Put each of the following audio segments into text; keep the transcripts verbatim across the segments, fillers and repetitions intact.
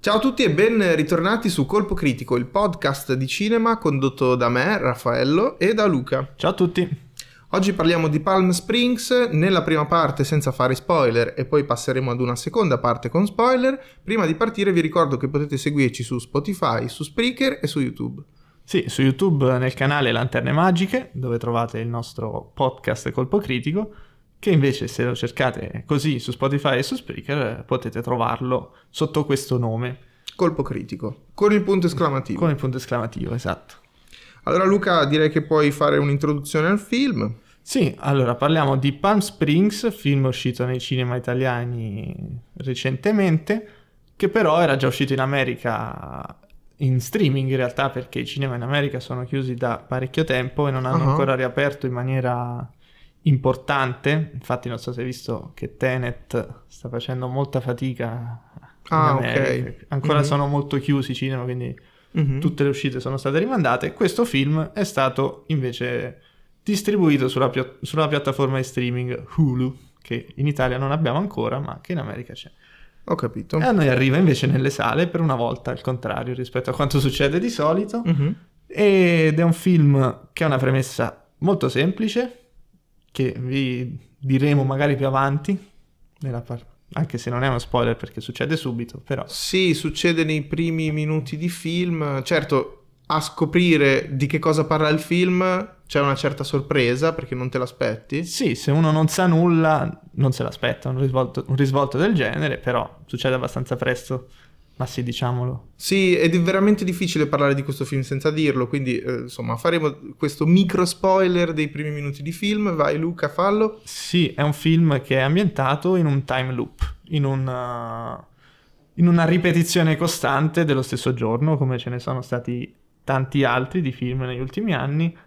Ciao a tutti e ben ritornati su Colpo Critico, il podcast di cinema condotto da me, Raffaello, e da Luca. Ciao a tutti. Oggi parliamo di Palm Springs, nella prima parte senza fare spoiler e poi passeremo ad una seconda parte con spoiler. Prima di partire vi ricordo che potete seguirci su Spotify, su Spreaker e su YouTube. Sì, su YouTube nel canale Lanterne Magiche, dove trovate il nostro podcast Colpo Critico, che invece se lo cercate così su Spotify e su Spreaker potete trovarlo sotto questo nome. Colpo Critico, con il punto esclamativo. Con il punto esclamativo, esatto. Allora Luca, direi che puoi fare un'introduzione al film. Sì, allora parliamo di Palm Springs, film uscito nei cinema italiani recentemente, che però era già uscito in America in streaming in realtà, perché i cinema in America sono chiusi da parecchio tempo e non hanno uh-huh. ancora riaperto in maniera importante. Infatti non so se hai visto che Tenet sta facendo molta fatica in ah, America. Ok. Ancora mm-hmm. sono molto chiusi i cinema, quindi mm-hmm. tutte le uscite sono state rimandate. Questo film è stato invece distribuito sulla, pi- sulla piattaforma di streaming Hulu, che in Italia non abbiamo ancora, ma che in America c'è. Ho capito. E a noi arriva invece nelle sale, per una volta al contrario rispetto a quanto succede di solito. Mm-hmm. Ed è un film che ha una premessa molto semplice, che vi diremo magari più avanti, nella par- anche se non è uno spoiler perché succede subito, però... Sì, succede nei primi minuti di film. Certo, a scoprire di che cosa parla il film c'è una certa sorpresa perché non te l'aspetti. Sì, se uno non sa nulla non se l'aspetta un risvolto, un risvolto del genere, però succede abbastanza presto, ma sì, diciamolo. Sì, ed è veramente difficile parlare di questo film senza dirlo, quindi eh, insomma faremo questo micro spoiler dei primi minuti di film. Vai Luca, fallo. Sì, è un film che è ambientato in un time loop, in una, in una ripetizione costante dello stesso giorno, come ce ne sono stati tanti altri di film negli ultimi anni,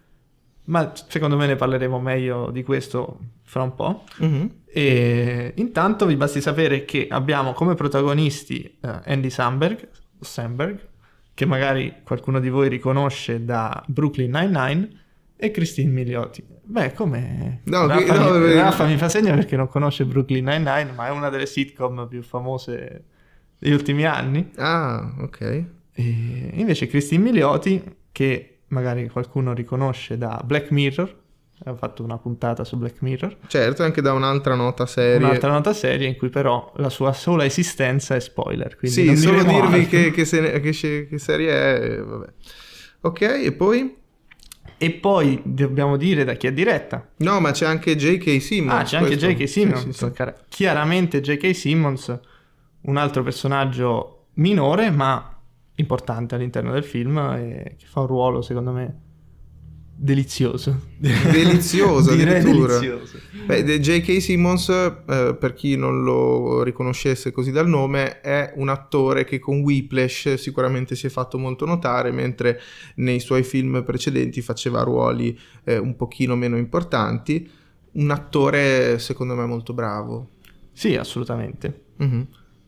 ma secondo me ne parleremo meglio di questo fra un po'. Mm-hmm. E intanto vi basti sapere che abbiamo come protagonisti uh, Andy Samberg, Samberg, che magari qualcuno di voi riconosce da Brooklyn Nine-Nine, e Christine Milioti. Beh, come... No, Raffa, no, mi, no, Raffa mi fa segno perché non conosce Brooklyn Nine-Nine, ma è una delle sitcom più famose degli ultimi anni. Ah, ok. E invece Christine Milioti, che magari qualcuno riconosce da Black Mirror, ha fatto una puntata su Black Mirror. Certo, anche da un'altra nota serie. Un'altra nota serie in cui però la sua sola esistenza è spoiler. Quindi sì, non solo dirvi altro. che, che, se, che, che serie è, vabbè. Ok, e poi? E poi dobbiamo dire da chi è diretta. No, ma c'è anche J K. Simmons. Ah, c'è anche questo. J K. Simmons. Sì, sì, sì. Chiaramente J K. Simmons, un altro personaggio minore, ma importante all'interno del film, e che fa un ruolo, secondo me, delizioso. Delizioso, Direi addirittura. delizioso. Beh, J K. Simmons, eh, per chi non lo riconoscesse così dal nome, è un attore che con Whiplash sicuramente si è fatto molto notare, mentre nei suoi film precedenti faceva ruoli eh, un pochino meno importanti. Un attore, secondo me, molto bravo. Sì, assolutamente. Mm-hmm.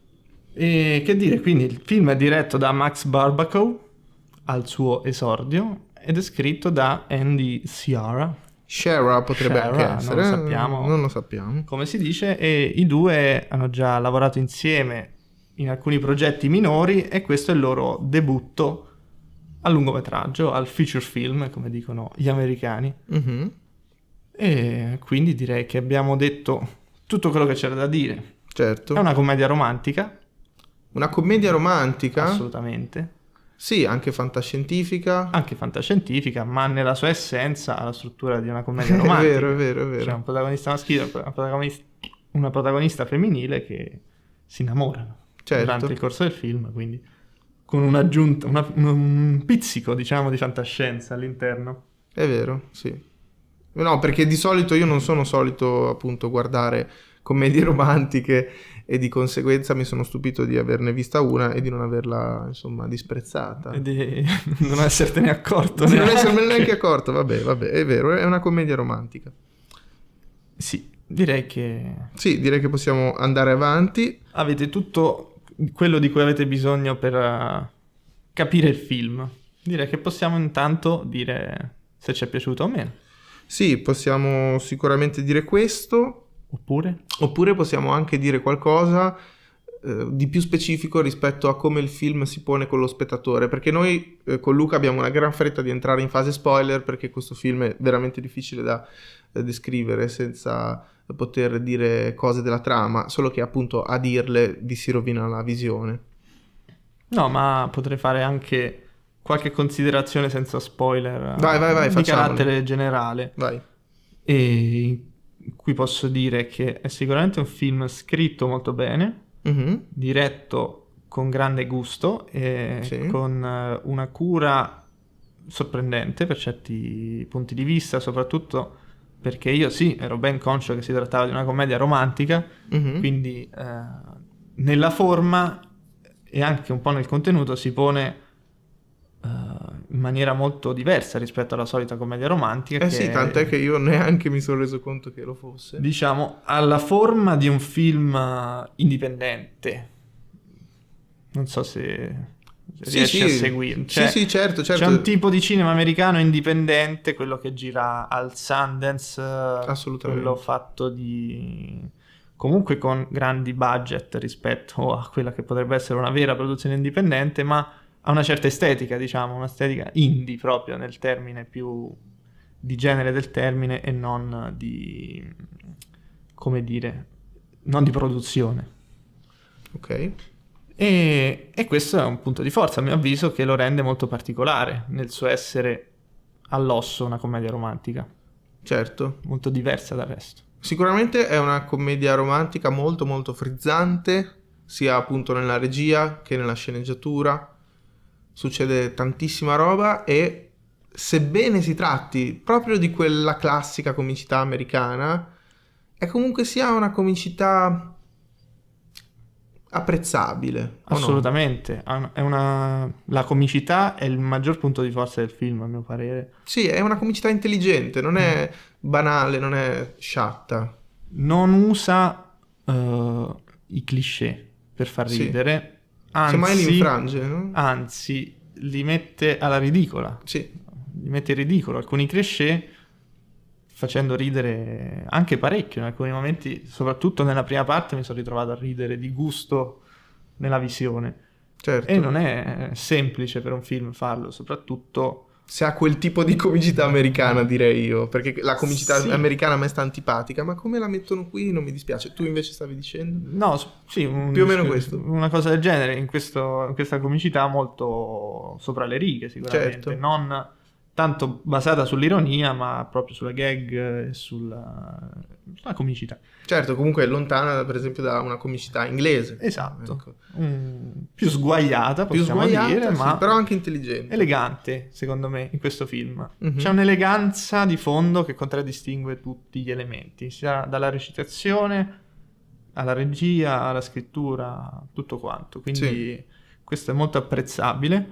E che dire, quindi il film è diretto da Max Barbakow al suo esordio ed è scritto da Andy Siara. Shara potrebbe Shara, anche essere, non lo sappiamo. Non lo sappiamo. Come si dice, e i due hanno già lavorato insieme in alcuni progetti minori e questo è il loro debutto a lungometraggio, al feature film, come dicono gli americani. Mm-hmm. E quindi direi che abbiamo detto tutto quello che c'era da dire. Certo. È una commedia romantica. Una commedia romantica? Assolutamente. Sì, anche fantascientifica. Anche fantascientifica, ma nella sua essenza ha la struttura di una commedia romantica. È vero, è vero, è vero. C'è un protagonista maschile e una protagonista, una protagonista femminile che si innamorano certo. durante il corso del film, quindi con un'aggiunta, una, un pizzico, diciamo, di fantascienza all'interno. È vero, sì. No, perché di solito io non sono solito appunto guardare commedie romantiche e di conseguenza mi sono stupito di averne vista una e di non averla, insomma, disprezzata. E di non essertene accorto. Di non essermene neanche accorto, vabbè, vabbè, è vero, è una commedia romantica. Sì, direi che... Sì, direi che possiamo andare avanti. Avete tutto quello di cui avete bisogno per uh, capire il film. Direi che possiamo intanto dire se ci è piaciuto o meno. Sì, possiamo sicuramente dire questo. Oppure? Oppure possiamo anche dire qualcosa eh, di più specifico rispetto a come il film si pone con lo spettatore, perché noi eh, con Luca abbiamo una gran fretta di entrare in fase spoiler, perché questo film è veramente difficile da eh, descrivere senza poter dire cose della trama, solo che appunto a dirle vi si rovina la visione. No, ma potrei fare anche qualche considerazione senza spoiler vai, vai, vai, di facciamole. carattere generale. Vai. E in cui posso dire che è sicuramente un film scritto molto bene, Mm-hmm. diretto con grande gusto e Sì. con eh, una cura sorprendente per certi punti di vista, soprattutto perché io sì, ero ben conscio che si trattava di una commedia romantica, Mm-hmm. quindi eh, nella forma e anche un po' nel contenuto si pone uh, in maniera molto diversa rispetto alla solita commedia romantica. Eh che sì, tant'è che io neanche mi sono reso conto che lo fosse. Diciamo, ha la forma di un film uh, indipendente. Non so se, se Sì, riesci sì. a seguire. Cioè, sì, sì, certo, certo. c'è un tipo di cinema americano indipendente, quello che gira al Sundance, uh, Assolutamente. quello fatto di... comunque con grandi budget rispetto a quella che potrebbe essere una vera produzione indipendente, ma ha una certa estetica, diciamo, un'estetica indie proprio nel termine più di genere del termine e non di, come dire, non di produzione. Ok. E, e questo è un punto di forza, a mio avviso, che lo rende molto particolare nel suo essere all'osso una commedia romantica. Certo. Molto diversa dal resto. Sicuramente è una commedia romantica molto molto frizzante, sia appunto nella regia che nella sceneggiatura. Succede tantissima roba e sebbene si tratti proprio di quella classica comicità americana, è comunque sia una comicità apprezzabile. Assolutamente, no? È una... la comicità è il maggior punto di forza del film, a mio parere. Sì, è una comicità intelligente, non è banale, non è sciatta. Non usa uh, i cliché per far ridere, sì. Anzi, semmai li infrange, no? Anzi, li mette alla ridicola. Sì. Li mette in ridicolo alcuni cliché, facendo ridere anche parecchio in alcuni momenti, soprattutto nella prima parte mi sono ritrovato a ridere di gusto nella visione. Certo. E non è semplice per un film farlo, soprattutto se ha quel tipo di comicità americana, direi io, perché la comicità sì. americana a me sta antipatica, ma come la mettono qui non mi dispiace. Tu invece stavi dicendo? No, sì, un, più o meno questo. Una cosa del genere, in, questo, in questa comicità molto sopra le righe sicuramente, certo. non tanto basata sull'ironia, ma proprio sulla gag e sulla, sulla comicità. Certo, comunque è lontana per esempio da una comicità inglese. Esatto, ecco. mm, più sguaiata più possiamo sguaiata, dire, sì, ma però anche intelligente. Elegante, secondo me, in questo film. Mm-hmm. C'è un'eleganza di fondo che contraddistingue tutti gli elementi, sia dalla recitazione alla regia, alla scrittura, tutto quanto. Quindi sì. Questo è molto apprezzabile.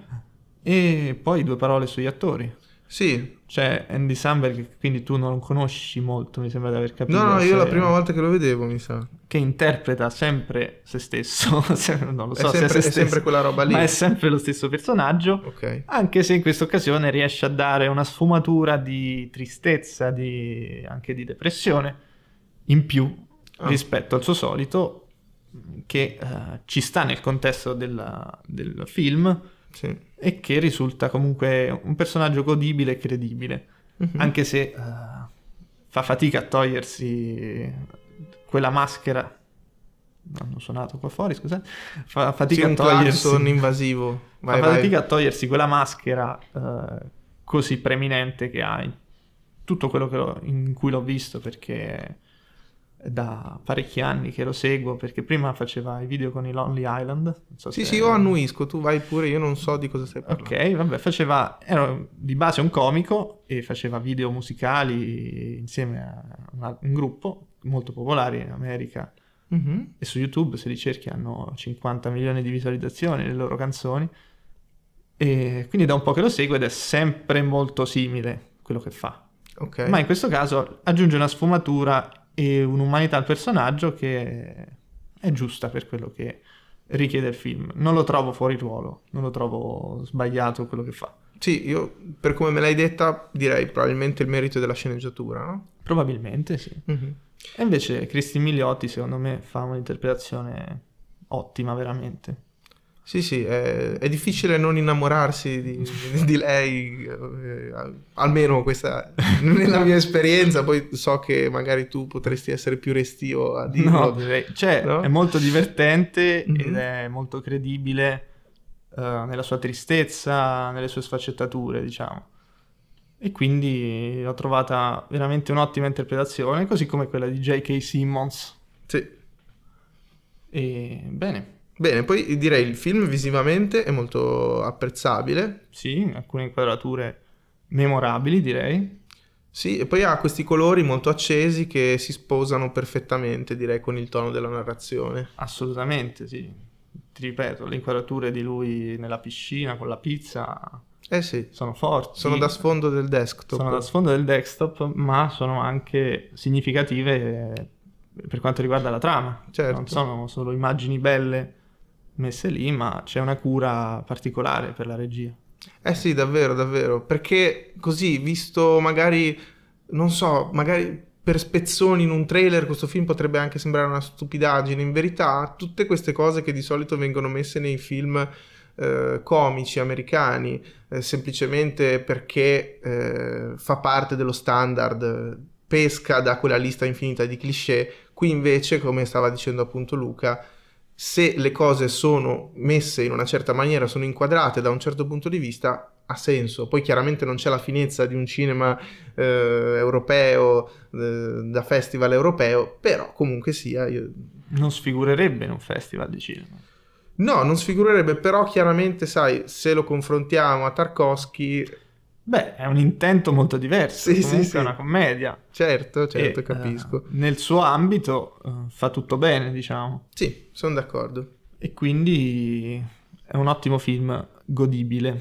E poi due parole sugli attori. Sì. C'è Andy Samberg, quindi tu non conosci molto, mi sembra di aver capito. No, no, io la prima volta che lo vedevo, mi sa. Che interpreta sempre se stesso, non lo so è sempre, se è se stesso, è sempre quella roba lì. Ma è sempre lo stesso personaggio, okay. Anche se in questa occasione riesce a dare una sfumatura di tristezza, di, anche di depressione, in più ah. rispetto al suo solito, che uh, ci sta nel contesto della, del film, sì. E che risulta comunque un personaggio godibile e credibile, uh-huh. Anche se uh, fa fatica a togliersi quella maschera. Hanno suonato qua fuori, scusate. Fa fatica sì, a togliersi un invasivo. Vai, fa vai. fatica a togliersi quella maschera uh, così preminente che ha in tutto quello che lo, in cui l'ho visto, perché è da parecchi anni che lo seguo, perché prima faceva i video con i Lonely Island. Non so sì, se... sì, io annuisco, tu vai pure, io non so di cosa stai parlando. Ok, vabbè, faceva, era di base un comico e faceva video musicali insieme a una, un gruppo molto popolare in America, mm-hmm. E su YouTube, se li cerchi, hanno cinquanta milioni di visualizzazioni le loro canzoni, e quindi da un po' che lo seguo ed è sempre molto simile quello che fa. Okay. Ma in questo caso aggiunge una sfumatura e un'umanità al personaggio che è giusta per quello che richiede il film. Non lo trovo fuori ruolo, non lo trovo sbagliato quello che fa. Sì, io per come me l'hai detta direi probabilmente il merito della sceneggiatura, no? Probabilmente sì. Mm-hmm. E invece Cristin Milioti secondo me fa un'interpretazione ottima veramente. Sì, sì, è, è difficile non innamorarsi di, di lei, eh, almeno questa nella mia esperienza, poi so che magari tu potresti essere più restio a dirlo. No, direi, cioè no? è molto divertente Mhm. ed è molto credibile eh, nella sua tristezza, nelle sue sfaccettature, diciamo. E quindi l'ho trovata veramente un'ottima interpretazione, così come quella di J K. Simmons. Sì. E bene, Bene, poi direi il film visivamente è molto apprezzabile. sì, alcune inquadrature memorabili, direi. Sì, e poi ha questi colori molto accesi che si sposano perfettamente, direi, con il tono della narrazione. Assolutamente, sì. Ti ripeto, le inquadrature di lui nella piscina con la pizza Eh sì, sono forti. sono da sfondo del desktop. Sono da sfondo del desktop, ma sono anche significative eh, per quanto riguarda la trama. Certo. Non sono solo immagini belle messe lì, ma c'è una cura particolare per la regia. Eh sì, davvero, davvero, perché così, visto magari, non so, magari per spezzoni in un trailer questo film potrebbe anche sembrare una stupidaggine, in verità tutte queste cose che di solito vengono messe nei film eh, comici americani, eh, semplicemente perché eh, fa parte dello standard, pesca da quella lista infinita di cliché, qui invece, come stava dicendo appunto Luca, se le cose sono messe in una certa maniera, sono inquadrate da un certo punto di vista, ha senso. Poi chiaramente non c'è la finezza di un cinema eh, europeo, eh, da festival europeo, però comunque sia... Io... Non sfigurerebbe in un festival di cinema. No, non sfigurerebbe, però chiaramente, sai, se lo confrontiamo a Tarkovsky... Beh, è un intento molto diverso, Sì, comunque sì, sì. è una commedia. Certo, certo, E, capisco. eh, nel suo ambito eh, fa tutto bene, diciamo. Sì, sono d'accordo. E quindi è un ottimo film godibile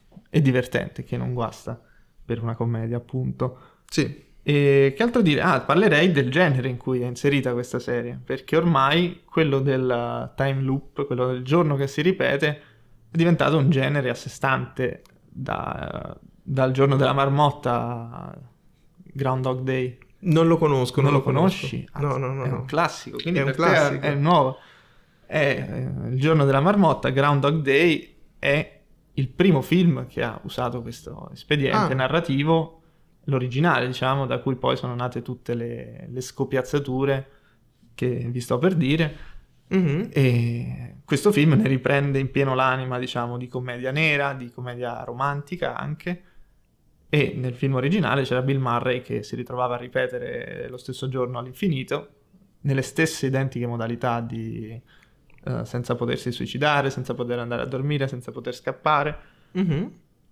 e divertente, che non guasta per una commedia, appunto. Sì. E che altro dire? Ah, parlerei del genere in cui è inserita questa serie, perché ormai quello del time loop, quello del giorno che si ripete, è diventato un genere a sé stante da, dal giorno della marmotta a Groundhog Day. Non lo conosco, Non non lo lo conosci? conosco. No, no, no. È no. un classico, quindi È un per te classico. è nuovo. È eh, il giorno della marmotta, Groundhog Day è il primo film che ha usato questo espediente Ah. narrativo, l'originale, diciamo, da cui poi sono nate tutte le, le scopiazzature che vi sto per dire. Mhm. E questo film ne riprende in pieno l'anima, diciamo, di commedia nera, di commedia romantica anche. E nel film originale c'era Bill Murray che si ritrovava a ripetere lo stesso giorno all'infinito, nelle stesse identiche modalità di eh, senza potersi suicidare, senza poter andare a dormire, senza poter scappare. Mhm.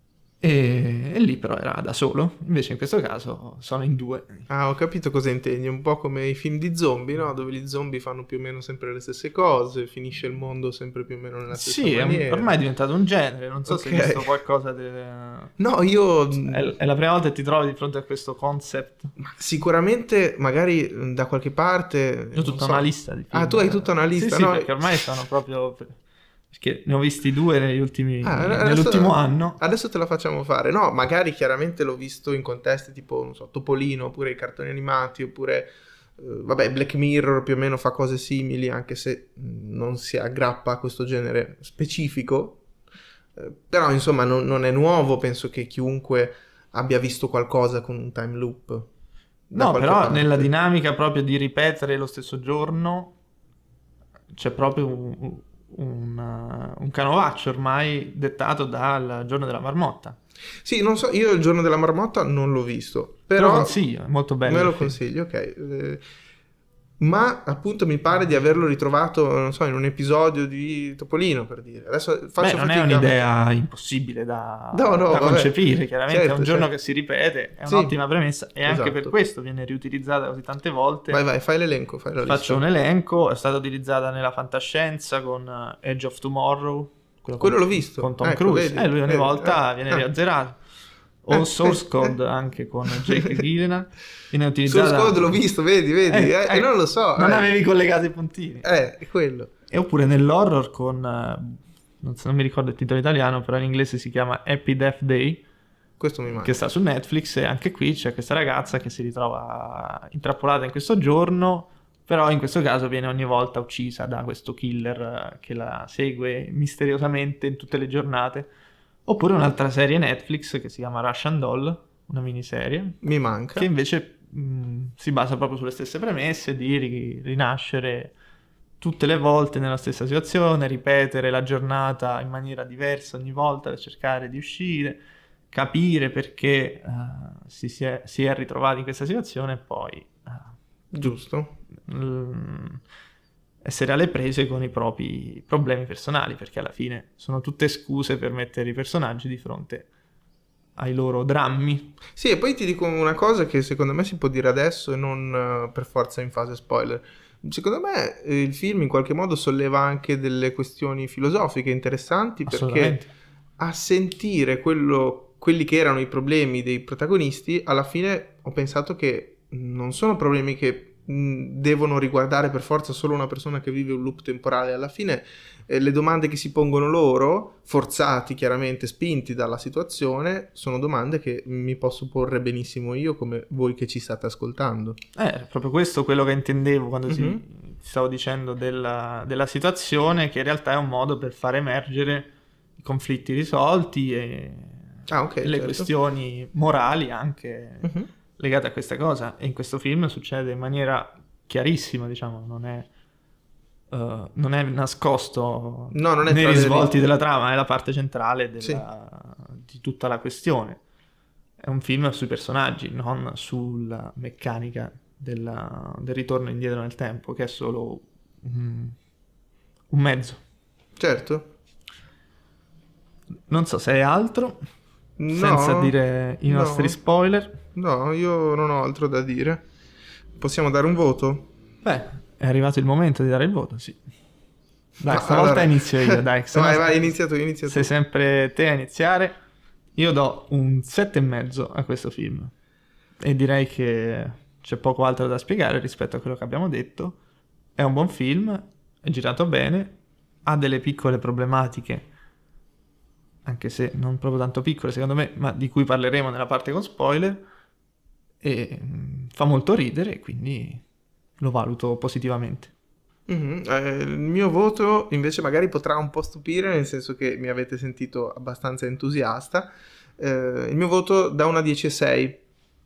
E, e lì però era da solo, invece in questo caso sono in due. Ah, ho capito cosa intendi, un po' come i film di zombie, no? Dove gli zombie fanno più o meno sempre le stesse cose, finisce il mondo sempre più o meno nella stessa Sì, è un- maniera. ormai è diventato un genere, non so se hai Ok. visto qualcosa del... No, io È, è la prima volta che ti trovi di fronte a questo concept. sicuramente, magari mh, da qualche parte... Io ho non tutta so. una lista di film. Ah, tu hai tutta una lista, Sì, sì, no? perché ormai sono proprio... Perché ne ho visti due negli ultimi... Ah, adesso- nell'ultimo anno. Adesso te la facciamo fare. No, magari chiaramente l'ho visto in contesti tipo, non so, Topolino, oppure i cartoni animati, oppure... eh, vabbè, Black Mirror più o meno fa cose simili, anche se mh, non si aggrappa a questo genere specifico. Eh, però, insomma, non, non è nuovo. Penso che chiunque abbia visto qualcosa con un time loop. da No, qualche però parte. nella dinamica proprio di ripetere lo stesso giorno c'è proprio un, un, un canovaccio ormai dettato dal giorno della marmotta. Sì, non so, io il giorno della marmotta non l'ho visto, Te lo però consiglio, è molto bello. me lo il film. consiglio, ok. Eh, ma appunto mi pare di averlo ritrovato, non so, in un episodio di Topolino, per dire. Adesso Beh, faccio non fatica. è un'idea impossibile da, No, no, da vabbè. concepire, chiaramente è Certo, un giorno certo. che si ripete, è Sì, un'ottima premessa e anche esatto. per questo viene riutilizzata così tante volte. Vai, vai, fai l'elenco, fai la Faccio lista. un elenco, è stata utilizzata nella fantascienza con eh, Edge of Tomorrow, quello, Quello con, l'ho visto. con Tom Ecco, Cruise, vedi, e lui ogni vedi, volta eh, viene ah. riazzerato. Eh, O Source eh, Code eh. anche con Jake Gyllenhaal viene utilizzata. Source Code l'ho visto, vedi, vedi, Eh, eh, eh, e non lo so. Non eh. avevi collegato i puntini. Eh, è quello. E oppure nell'horror con eh, non, so, non mi ricordo il titolo italiano, però in inglese si chiama Happy Death Day, Questo mi manca. che sta su Netflix, e anche qui c'è questa ragazza che si ritrova intrappolata in questo giorno Però in questo caso viene ogni volta uccisa da questo killer eh, che la segue misteriosamente in tutte le giornate. Oppure un'altra serie Netflix che si chiama Russian Doll, una miniserie, Mi manca. che invece mh, si basa proprio sulle stesse premesse di ri- rinascere tutte le volte nella stessa situazione, ripetere la giornata in maniera diversa ogni volta per cercare di uscire, capire perché eh, si, si è, si è ritrovati in questa situazione e poi eh, Giusto. mm, essere alle prese con i propri problemi personali, perché alla fine sono tutte scuse per mettere i personaggi di fronte ai loro drammi. Sì, e poi ti dico una cosa che secondo me si può dire adesso e non eh, per forza in fase spoiler. Secondo me eh, il film in qualche modo solleva anche delle questioni filosofiche interessanti, perché Assolutamente. a sentire quello, quelli che erano i problemi dei protagonisti, alla fine ho pensato che non sono problemi che mh, devono riguardare per forza solo una persona che vive un loop temporale. Alla fine eh, le domande che si pongono loro, forzati chiaramente, spinti dalla situazione, sono domande che mi posso porre benissimo io come voi che ci state ascoltando. Eh, è proprio questo quello che intendevo quando si- Mhm. ti stavo dicendo della, della situazione, che in realtà è un modo per far emergere i conflitti risolti e, Ah, ok, e le certo. questioni morali anche Mhm. legate a questa cosa. E in questo film succede in maniera chiarissima, diciamo, non è, eh, non è nascosto No, non è nei tra le risvolti righe. della trama, è la parte centrale della- Sì. di tutta la questione. È un film sui personaggi, non sulla meccanica della- del ritorno indietro nel tempo, che è solo un, un mezzo. Certo. Non so se è altro, No, senza dire i no. nostri spoiler. No, io non ho altro da dire. Possiamo dare un voto? Beh, è arrivato il momento di dare il voto, sì. Dai, Ma stavolta allora- inizio io, dai. se Vai, no- vai, inizia tu, inizia tu. Sei sempre te a iniziare. Io do un sette e mezzo a questo film. E direi che c'è poco altro da spiegare rispetto a quello che abbiamo detto. È un buon film, è girato bene, ha delle piccole problematiche, anche se non proprio tanto piccole secondo me, ma di cui parleremo nella parte con spoiler, e mm, fa molto ridere, e quindi lo valuto positivamente. Mhm. Eh, il mio voto invece magari potrà un po' stupire, nel senso che mi avete sentito abbastanza entusiasta. Eh, il mio voto da una dieci e sei,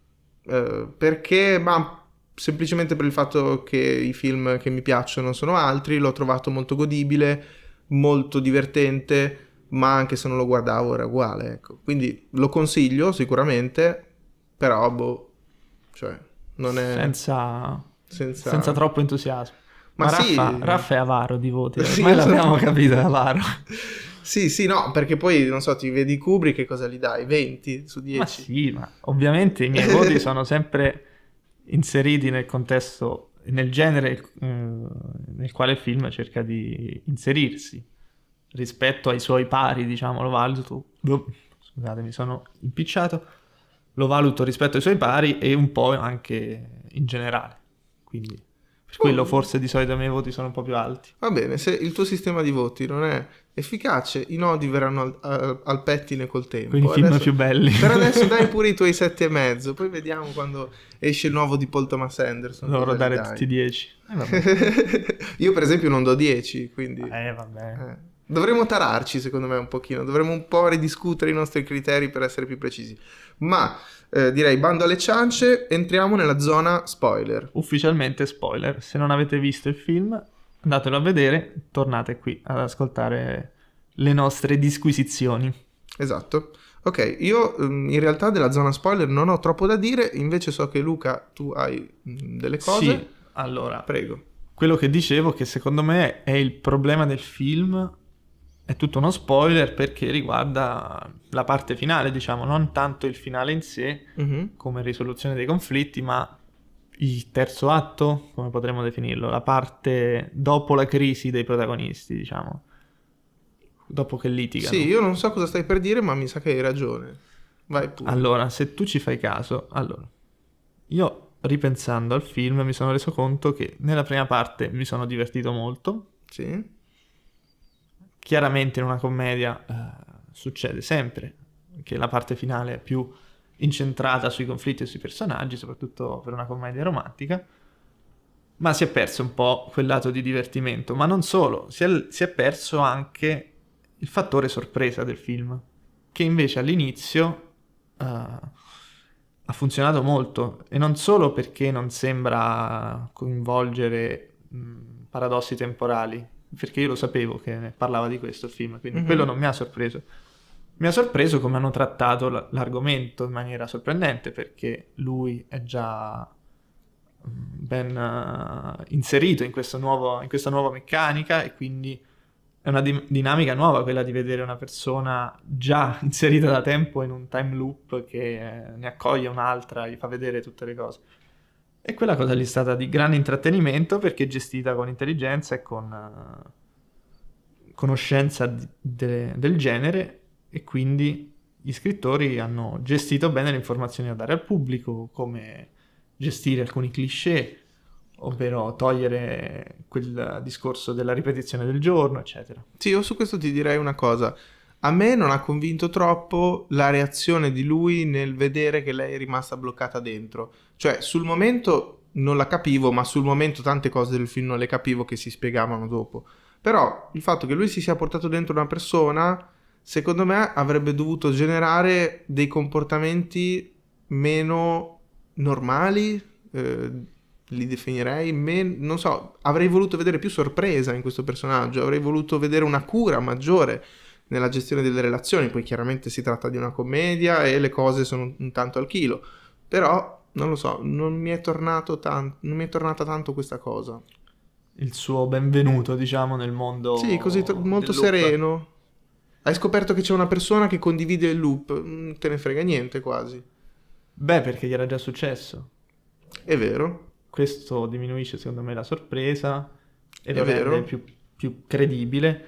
eh, perché, ma semplicemente per il fatto che i film che mi piacciono sono altri, l'ho trovato molto godibile, molto divertente, ma anche se non lo guardavo era uguale, ecco. Quindi lo consiglio sicuramente, però boh, cioè non è Senza, senza... senza troppo entusiasmo. Ma Ma sì. Raffa, Raffa è avaro di voti, Sì, ormai lo so. l'abbiamo capito, è avaro. Sì, sì, no, perché poi, non so, ti vedi Kubrick, che cosa gli dai? venti su Ma dieci? sì, ma ovviamente i miei voti sono sempre inseriti nel contesto, nel genere eh, nel quale il film cerca di inserirsi. Rispetto ai suoi pari, diciamo, lo valuto. boh, Scusate, mi sono impicciato. Lo valuto rispetto ai suoi pari e un po' anche in generale. Quindi, per quello Oh. forse di solito i miei voti sono un po' più alti. Va bene, se il tuo sistema di voti non è efficace, i nodi verranno al, al- al pettine col tempo. Quindi i film Adesso- più belli. Per adesso dai pure i tuoi sette e mezzo, poi vediamo quando esce il nuovo di Paul Thomas Anderson. Dovrò cosa gli dare dai. tutti dieci. Eh, vabbè. Io per esempio non do dieci, quindi... Eh, vabbè. Eh, dovremmo tararci secondo me un pochino, dovremmo un po' ridiscutere i nostri criteri per essere più precisi. Ma eh, direi bando alle ciance, entriamo nella zona spoiler. Ufficialmente spoiler. Se non avete visto il film, andatelo a vedere, tornate qui ad ascoltare le nostre disquisizioni. Esatto. Ok, io mm, in realtà della zona spoiler non ho troppo da dire, invece so che Luca tu hai mm, delle cose. Sì, allora, Prego. quello che dicevo che secondo me è il problema del film, è tutto uno spoiler perché riguarda la parte finale, diciamo, non tanto il finale in sé Mhm. come risoluzione dei conflitti, ma il terzo atto, come potremmo definirlo, la parte dopo la crisi dei protagonisti, diciamo, dopo che litigano. Sì, io non so cosa stai per dire, ma mi sa che hai ragione. Vai pure. Allora, se tu ci fai caso, allora, io ripensando al film mi sono reso conto che nella prima parte mi sono divertito molto. Sì. Chiaramente in una commedia eh, succede sempre che la parte finale è più incentrata sui conflitti e sui personaggi, soprattutto per una commedia romantica. ma si è perso un po' quel lato di divertimento, ma non solo, si è, si è perso anche il fattore sorpresa del film, che invece all'inizio uh, ha funzionato molto, e non solo perché non sembra coinvolgere mh, paradossi temporali, perché io lo sapevo che ne parlava di questo il film, quindi Mhm. quello non mi ha sorpreso. Mi ha sorpreso come hanno trattato l- l'argomento in maniera sorprendente, perché lui è già mm, ben eh, inserito in, questo nuovo, in questa nuova meccanica, e quindi è una di- dinamica nuova quella di vedere una persona già inserita da tempo in un time loop che eh, ne accoglie un'altra, gli fa vedere tutte le cose. E quella cosa lì è stata di grande intrattenimento, perché è gestita con intelligenza e con eh, conoscenza di- de- del genere, e quindi gli scrittori hanno gestito bene le informazioni da dare al pubblico, come gestire alcuni cliché, ovvero togliere quel discorso della ripetizione del giorno, eccetera. Sì, io su questo ti direi una cosa. A me non ha convinto troppo la reazione di lui nel vedere che lei è rimasta bloccata dentro. Cioè, sul momento non la capivo, ma sul momento tante cose del film non le capivo che si spiegavano dopo. Però il fatto che lui si sia portato dentro una persona, secondo me, avrebbe dovuto generare dei comportamenti meno normali, eh, li definirei, men- non so, avrei voluto vedere più sorpresa in questo personaggio, avrei voluto vedere una cura maggiore nella gestione delle relazioni. Poi chiaramente si tratta di una commedia e le cose sono un tanto al chilo, però non lo so, non mi è tornato tan- non mi è tornata tanto questa cosa. Il suo benvenuto, diciamo, nel mondo Sì, così t- molto del loop. sereno. Hai scoperto che c'è una persona che condivide il loop, non te ne frega niente quasi. Beh, perché gli era già successo. È vero, Questo diminuisce, secondo me, la sorpresa e è lo rende vero. più, più credibile.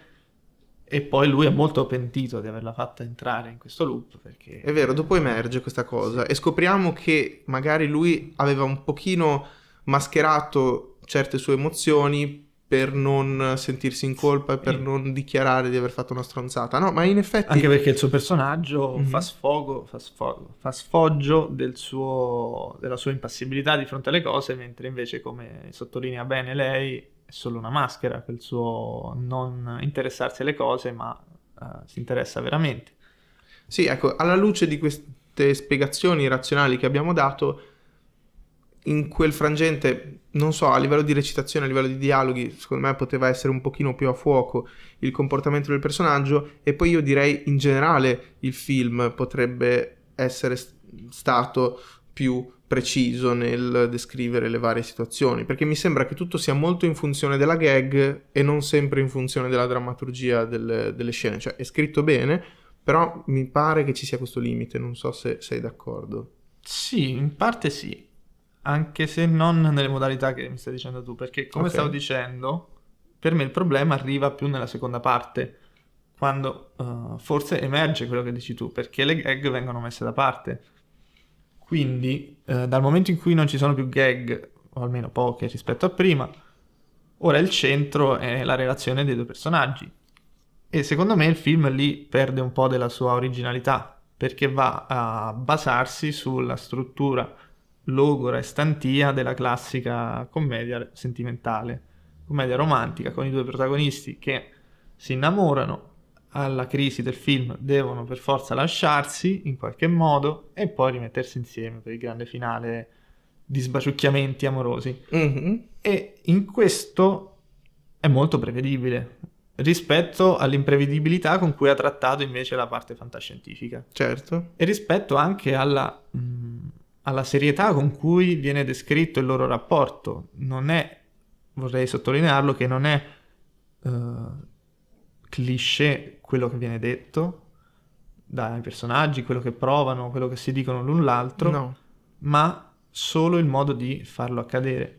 E poi lui è molto pentito di averla fatta entrare in questo loop, perché... È vero, dopo emerge questa cosa e scopriamo che magari lui aveva un pochino mascherato certe sue emozioni per non sentirsi in colpa e per Sì. non dichiarare di aver fatto una stronzata. No, ma in effetti... Anche perché il suo personaggio Mhm. fa sfogo, fa sfogo, fa sfoggio del suo, della sua impassibilità di fronte alle cose, mentre invece, come sottolinea bene lei, è solo una maschera, quel suo non interessarsi alle cose, ma eh, si interessa veramente. Sì, ecco, alla luce di queste spiegazioni razionali che abbiamo dato, in quel frangente, non so, a livello di recitazione, a livello di dialoghi, secondo me poteva essere un pochino più a fuoco il comportamento del personaggio, e poi io direi in generale il film potrebbe essere s- stato più preciso nel descrivere le varie situazioni, perché mi sembra che tutto sia molto in funzione della gag e non sempre in funzione della drammaturgia delle, delle scene. Cioè è scritto bene, però mi pare che ci sia questo limite, non so se sei d'accordo. Sì, in parte sì, anche se non nelle modalità che mi stai dicendo tu, perché come Ok. stavo dicendo, per me il problema arriva più nella seconda parte, quando eh, forse emerge quello che dici tu, perché le gag vengono messe da parte. Quindi, eh, dal momento in cui non ci sono più gag, o almeno poche rispetto a prima, ora il centro è la relazione dei due personaggi. E secondo me il film lì perde un po' della sua originalità, perché va a basarsi sulla struttura logora e stantia della classica commedia sentimentale, commedia romantica, con i due protagonisti che si innamorano, alla crisi del film devono per forza lasciarsi in qualche modo e poi rimettersi insieme per il grande finale di sbaciucchiamenti amorosi. Mhm. E in questo è molto prevedibile rispetto all'imprevedibilità con cui ha trattato invece la parte fantascientifica, Certo. e rispetto anche alla, mh, alla serietà con cui viene descritto il loro rapporto. Non è, vorrei sottolinearlo, che non è uh, cliché quello che viene detto dai personaggi, quello che provano, quello che si dicono l'un l'altro, No. ma solo il modo di farlo accadere.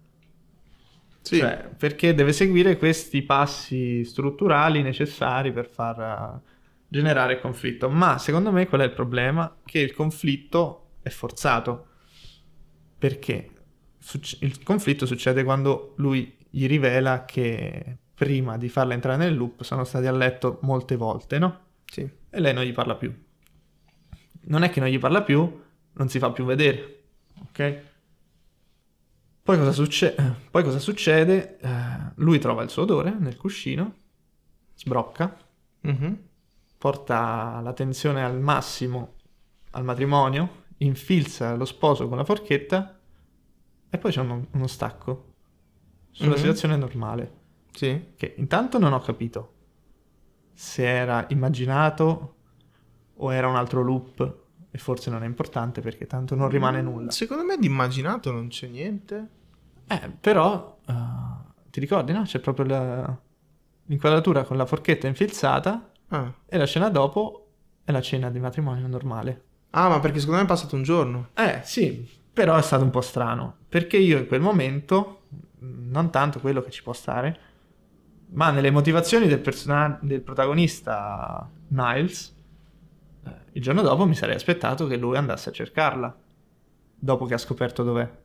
Sì. Cioè, perché deve seguire questi passi strutturali necessari per far uh, generare il conflitto. Ma secondo me qual è il problema? Che il conflitto è forzato. Perché Succe- il conflitto succede quando lui gli rivela che prima di farla entrare nel loop sono stati a letto molte volte, no? Sì. E lei non gli parla più. Non è che non gli parla più, non si fa più vedere, ok? Poi cosa, succe- Poi cosa succede? Eh, lui trova il suo odore nel cuscino, sbrocca, Mhm. porta la tensione al massimo al matrimonio, infilza lo sposo con la forchetta e poi c'è uno, uno stacco sulla Mhm. situazione normale. Sì. Che intanto non ho capito se era immaginato o era un altro loop e forse non è importante perché tanto non rimane nulla. Secondo me di immaginato non c'è niente. Eh, però eh, ti ricordi, no? C'è proprio la- l'inquadratura con la forchetta infilzata Ah. e la scena dopo è la cena di matrimonio normale. Ah, ma perché secondo me è passato un giorno. Eh, sì, però è stato un po' strano, perché io in quel momento, mh, non tanto quello che ci può stare, ma nelle motivazioni del, persona- del protagonista Niles, eh, il giorno dopo mi sarei aspettato che lui andasse a cercarla, dopo che ha scoperto dov'è.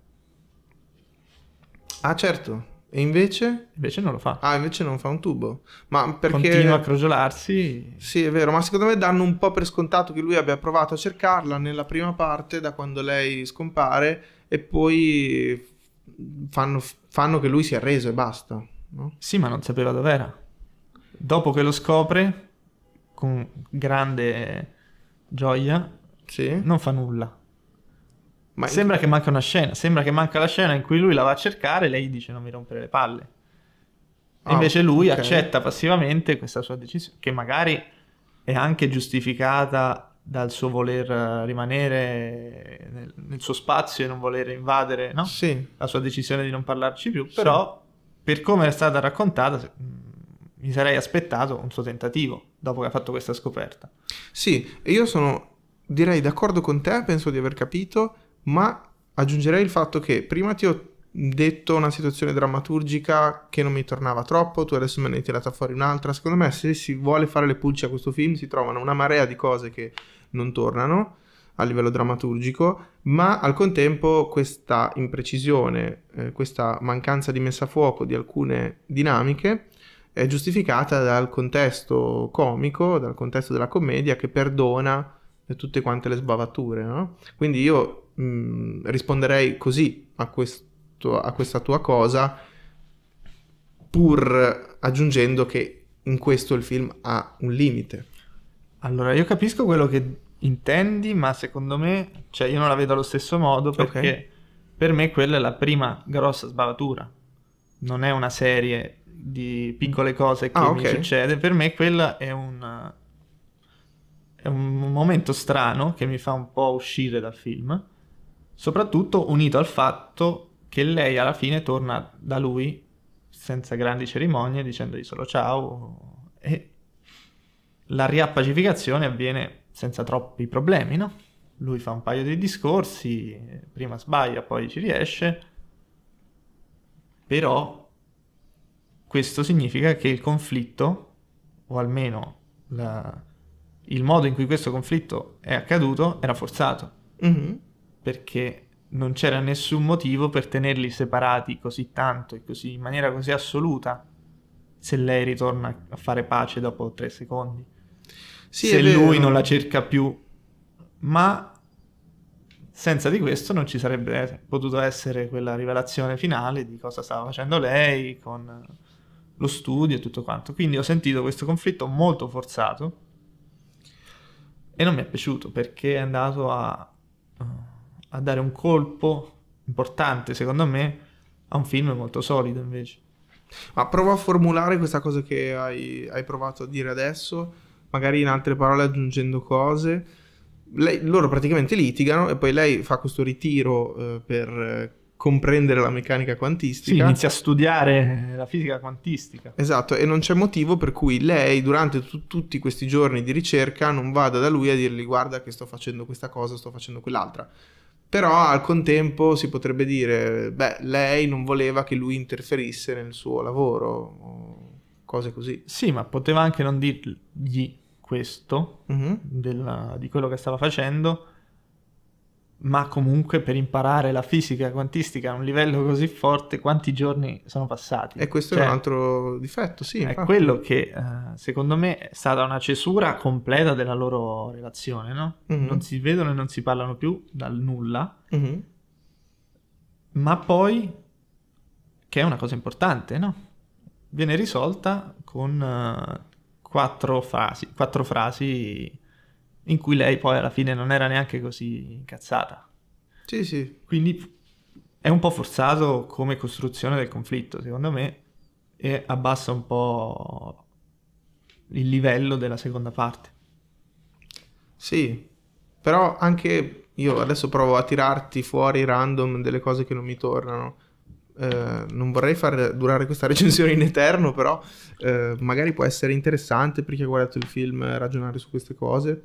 Ah, certo. E invece? Invece non lo fa. Ah, invece non fa un tubo. Ma perché... Continua a crogiolarsi. Sì, è vero, ma secondo me danno un po' per scontato che lui abbia provato a cercarla nella prima parte, da quando lei scompare, e poi fanno, fanno che lui si è arreso e basta, no? Sì, ma non sapeva dov'era. Dopo che lo scopre, con grande gioia, Sì. non fa nulla. Ma in- Sembra che manca una scena, sembra che manca la scena in cui lui la va a cercare e lei dice non mi rompere le palle. E Ah, invece lui ok. accetta passivamente questa sua decisione, che magari è anche giustificata dal suo voler eh, rimanere nel, nel suo spazio e non voler invadere, no? Sì. La sua decisione di non parlarci più, però per come è stata raccontata se- mh, mi sarei aspettato un suo tentativo dopo che ha fatto questa scoperta. Sì, e io sono, direi, d'accordo con te, penso di aver capito, ma aggiungerei il fatto che prima ti ho detto una situazione drammaturgica che non mi tornava troppo, tu adesso me ne hai tirata fuori un'altra. Secondo me, se si vuole fare le pulci a questo film, si trovano una marea di cose che non tornano a livello drammaturgico, ma al contempo questa imprecisione, eh, questa mancanza di messa a fuoco di alcune dinamiche è giustificata dal contesto comico, dal contesto della commedia che perdona tutte quante le sbavature, no? Quindi io mh, risponderei così a, questo, a questa tua cosa, pur aggiungendo che in questo il film ha un limite. Allora, io capisco quello che intendi, ma secondo me, cioè io non la vedo allo stesso modo perché per me quella è la prima grossa sbavatura. Non è una serie di piccole cose che Ah, mi ok. succede, per me quella è un, è un momento strano che mi fa un po' uscire dal film, soprattutto unito al fatto che lei alla fine torna da lui senza grandi cerimonie dicendogli solo ciao e la riappacificazione avviene senza troppi problemi, no? Lui fa un paio di discorsi, prima sbaglia, poi ci riesce, però questo significa che il conflitto, o almeno la- il modo in cui questo conflitto è accaduto, era forzato, Mhm. perché non c'era nessun motivo per tenerli separati così tanto e così in maniera così assoluta se lei ritorna a fare pace dopo tre secondi. Sì, Se è lui vero. non la cerca più, ma senza di questo non ci sarebbe potuto essere quella rivelazione finale di cosa stava facendo lei con lo studio e tutto quanto. Quindi ho sentito questo conflitto molto forzato e non mi è piaciuto perché è andato a, a dare un colpo importante, secondo me, a un film molto solido invece. Ma provo a formulare questa cosa che hai, hai provato a dire adesso, magari in altre parole aggiungendo cose. Lei- loro praticamente litigano e poi lei fa questo ritiro eh, per eh, comprendere la meccanica Sì, quantistica. inizia a studiare la fisica quantistica. Esatto, e non c'è motivo per cui lei durante tu- tutti questi giorni di ricerca non vada da lui a dirgli guarda che sto facendo questa cosa, sto facendo quell'altra. Però al contempo si potrebbe dire, beh, lei non voleva che lui interferisse nel suo lavoro, o cose così. Sì, ma poteva anche non dirgli questo Mhm. della- di quello che stava facendo, ma comunque per imparare la fisica quantistica a un livello così forte, quanti giorni sono passati? E questo Cioè, è un altro difetto, sì, è infatti. quello che eh, secondo me è stata una cesura completa della loro relazione, no? Mhm. Non si vedono e non si parlano più dal nulla, Mhm. ma poi che è una cosa importante, no? Viene risolta con uh, quattro frasi, quattro frasi in cui lei poi alla fine non era neanche così incazzata. Sì, sì. Quindi è un po' forzato come costruzione del conflitto, secondo me, e abbassa un po' il livello della seconda parte. Sì, però anche io adesso provo a tirarti fuori random delle cose che non mi tornano. Eh, non vorrei far durare questa recensione in eterno, però eh, magari può essere interessante per chi ha guardato il film ragionare su queste cose.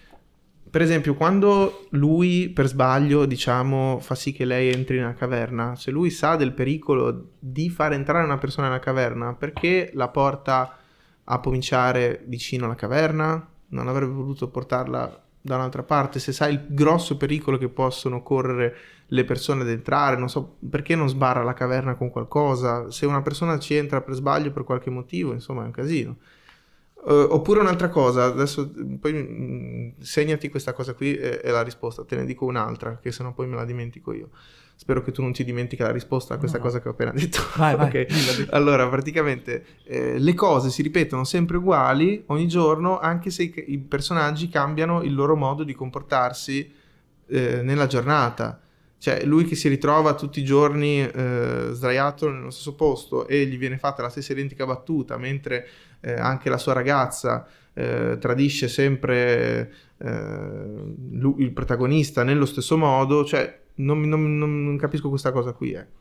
Per esempio, quando lui per sbaglio, diciamo, fa sì che lei entri nella caverna, se lui sa del pericolo di far entrare una persona nella caverna, perché la porta a cominciare vicino alla caverna? Non avrebbe voluto portarla da un'altra parte? Se sai il grosso pericolo che possono correre le persone ad entrare, non so, perché non sbarra la caverna con qualcosa? Se una persona ci entra per sbaglio per qualche motivo, insomma, è un casino. Uh, oppure un'altra cosa, adesso poi mh, segnati questa cosa qui e, e la risposta, te ne dico un'altra, che sennò poi me la dimentico io. Spero che tu non ti dimentichi la risposta a questa no. cosa che ho appena detto. Vai, vai. Okay. Allora, praticamente eh, le cose si ripetono sempre uguali ogni giorno, anche se i, i personaggi cambiano il loro modo di comportarsi eh, nella giornata. Cioè, lui che si ritrova tutti i giorni eh, sdraiato nello stesso posto e gli viene fatta la stessa identica battuta, mentre eh, anche la sua ragazza eh, tradisce sempre eh, lui, il protagonista nello stesso modo, cioè non, non, non capisco questa cosa qui. Eh.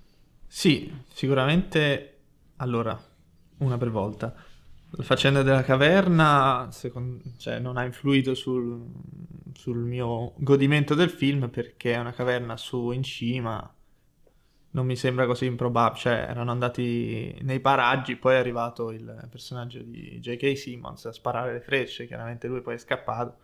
Sì, sicuramente, allora, una per volta. La faccenda della caverna secondo, cioè, non ha influito sul, sul mio godimento del film, perché è una caverna su in cima, non mi sembra così improbabile, cioè erano andati nei paraggi, poi è arrivato il personaggio di J K. Simmons a sparare le frecce, chiaramente lui poi è scappato,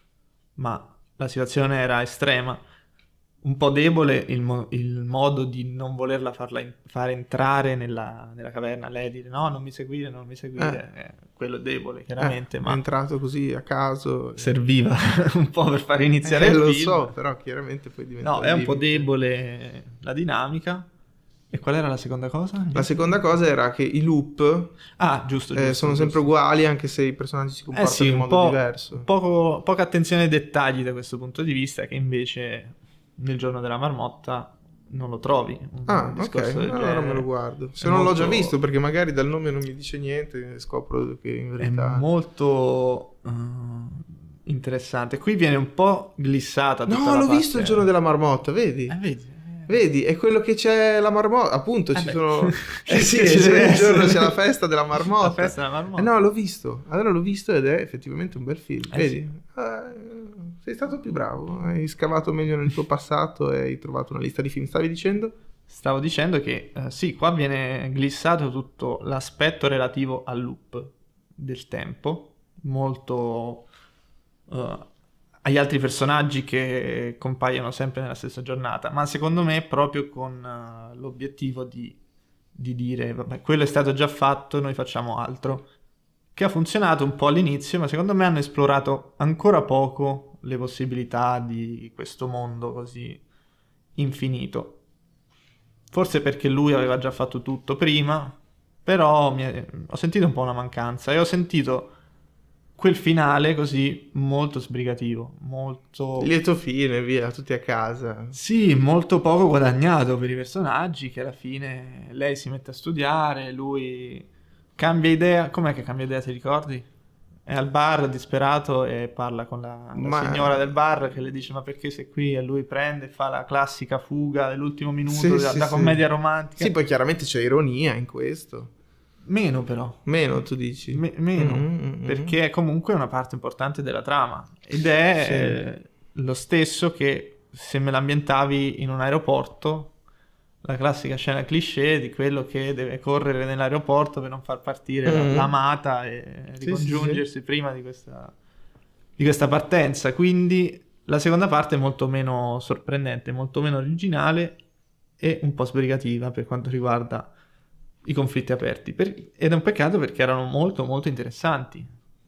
ma la situazione era estrema. Un po' debole il, mo- il modo di non volerla farla in- fare entrare nella, nella caverna, lei dire no, non mi seguire, non mi seguire, eh. Eh, quello è debole chiaramente, eh, ma è entrato così a caso. Serviva un po' per far iniziare eh, il lo film. so, però chiaramente poi diventa No, un è un po' limite. debole la dinamica. E qual era la seconda cosa? La seconda cosa era che i loop ah, giusto, giusto, eh, sono giusto. sempre uguali, anche se i personaggi si comportano eh sì, in un modo po', diverso. Poco, poca attenzione ai dettagli da questo punto di vista, che invece nel Giorno della Marmotta non lo trovi. Un Ah, discorso ok, del allora genere. me lo guardo. Se È non molto... l'ho già visto, perché magari dal nome non mi dice niente, scopro che in verità... È molto uh, interessante. Qui viene un po' glissata tutta No, la l'ho parte... visto il Giorno della Marmotta, vedi? Eh, vedi? Vedi, è quello che c'è la marmotta, appunto, Eh ci beh. sono... Eh Eh sì, sì, ci c'è deve il giorno essere. c'è la festa della marmotta. La festa della marmotta. Eh no, l'ho visto, allora l'ho visto ed è effettivamente un bel film, Eh vedi? sì. Eh, sei stato più bravo, hai scavato meglio nel tuo passato e hai trovato una lista di film, stavi dicendo? Stavo dicendo che eh, sì, qua viene glissato tutto l'aspetto relativo al loop del tempo, molto eh, agli altri personaggi che compaiono sempre nella stessa giornata, ma secondo me proprio con eh, l'obiettivo di, di dire vabbè, quello è stato già fatto, noi facciamo altro, che ha funzionato un po' all'inizio, ma secondo me hanno esplorato ancora poco le possibilità di questo mondo così infinito. Forse perché lui aveva già fatto tutto prima, però mi è- ho sentito un po' una mancanza e ho sentito quel finale così molto sbrigativo, molto... Lieto fine, via, tutti a casa. Sì, molto poco guadagnato per i personaggi, che alla fine lei si mette a studiare, lui cambia idea. Com'è che cambia idea, ti ricordi? È al bar disperato e parla con la, la Ma- signora del bar che le dice ma perché sei qui? E lui prende e fa la classica fuga dell'ultimo minuto Sì, da, sì, da sì. commedia romantica. Sì, poi chiaramente c'è ironia in questo. Meno però. Meno, tu dici? Me- meno, Mm, mm, mm. perché è comunque una parte importante della trama ed è Sì. eh, lo stesso che se me l'ambientavi in un aeroporto, la classica scena cliché di quello che deve correre nell'aeroporto per non far partire la- Mm. l'amata e Sì, ricongiungersi sì, sì. prima di questa, di questa partenza. Quindi la seconda parte è molto meno sorprendente, molto meno originale e un po' sbrigativa per quanto riguarda i conflitti aperti. Per- ed è un peccato perché erano molto molto interessanti.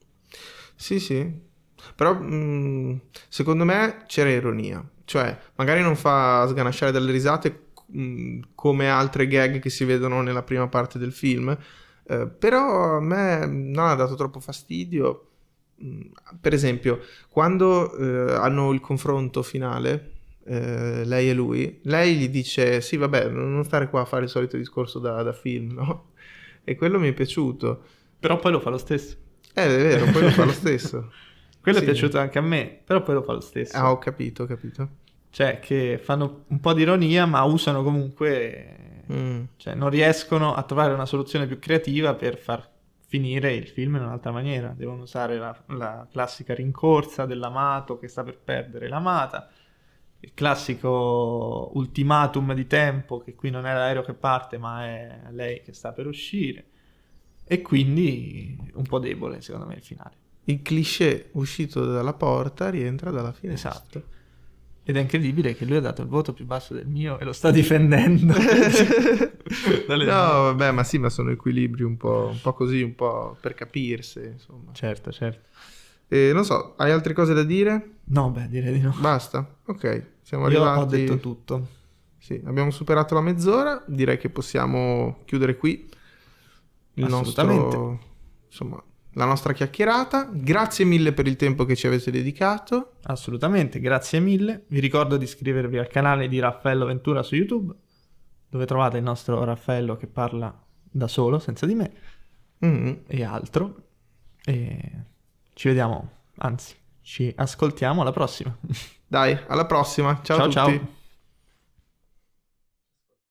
Sì, sì. Però mh, secondo me c'era ironia. Cioè, magari non fa sganasciare dalle risate mh, come altre gag che si vedono nella prima parte del film, eh, però a me non ha dato troppo fastidio. Mh, per esempio, quando eh, hanno il confronto finale, eh, lei e lui, lei gli dice sì vabbè, non stare qua a fare il solito discorso da, da film, no? E quello mi è piaciuto. Però poi lo fa lo stesso. Eh, è vero, poi lo fa lo stesso. Quello Sì. è piaciuto anche a me, però poi lo fa lo stesso. Ah, ho capito, ho capito. Cioè, che fanno un po' di ironia, ma usano comunque... Mm. Cioè, non riescono a trovare una soluzione più creativa per far finire il film in un'altra maniera. Devono usare la, la classica rincorsa dell'amato che sta per perdere l'amata, il classico ultimatum di tempo, che qui non è l'aereo che parte, ma è lei che sta per uscire. E quindi un po' debole, secondo me, il finale. Il cliché uscito dalla porta rientra dalla finestra. Esatto. Ed è incredibile che lui ha dato il voto più basso del mio e lo sta difendendo. No, vabbè, ma sì, ma sono equilibri un po', un po' così, un po' per capirsi, insomma. Certo, certo. E non so, hai altre cose da dire? No, beh, direi di no. Basta? Ok, siamo Io arrivati... ho detto tutto. Sì, abbiamo superato la mezz'ora, direi che possiamo chiudere qui il Assolutamente. nostro, insomma, la nostra chiacchierata. Grazie mille per il tempo che ci avete dedicato. Assolutamente, grazie mille. Vi ricordo di iscrivervi al canale di Raffaello Ventura su YouTube, dove trovate il nostro Raffaello che parla da solo, senza di me, Mm. e altro. E ci vediamo, anzi, ci ascoltiamo alla prossima. Dai, alla prossima. Ciao, Ciao, a tutti. ciao.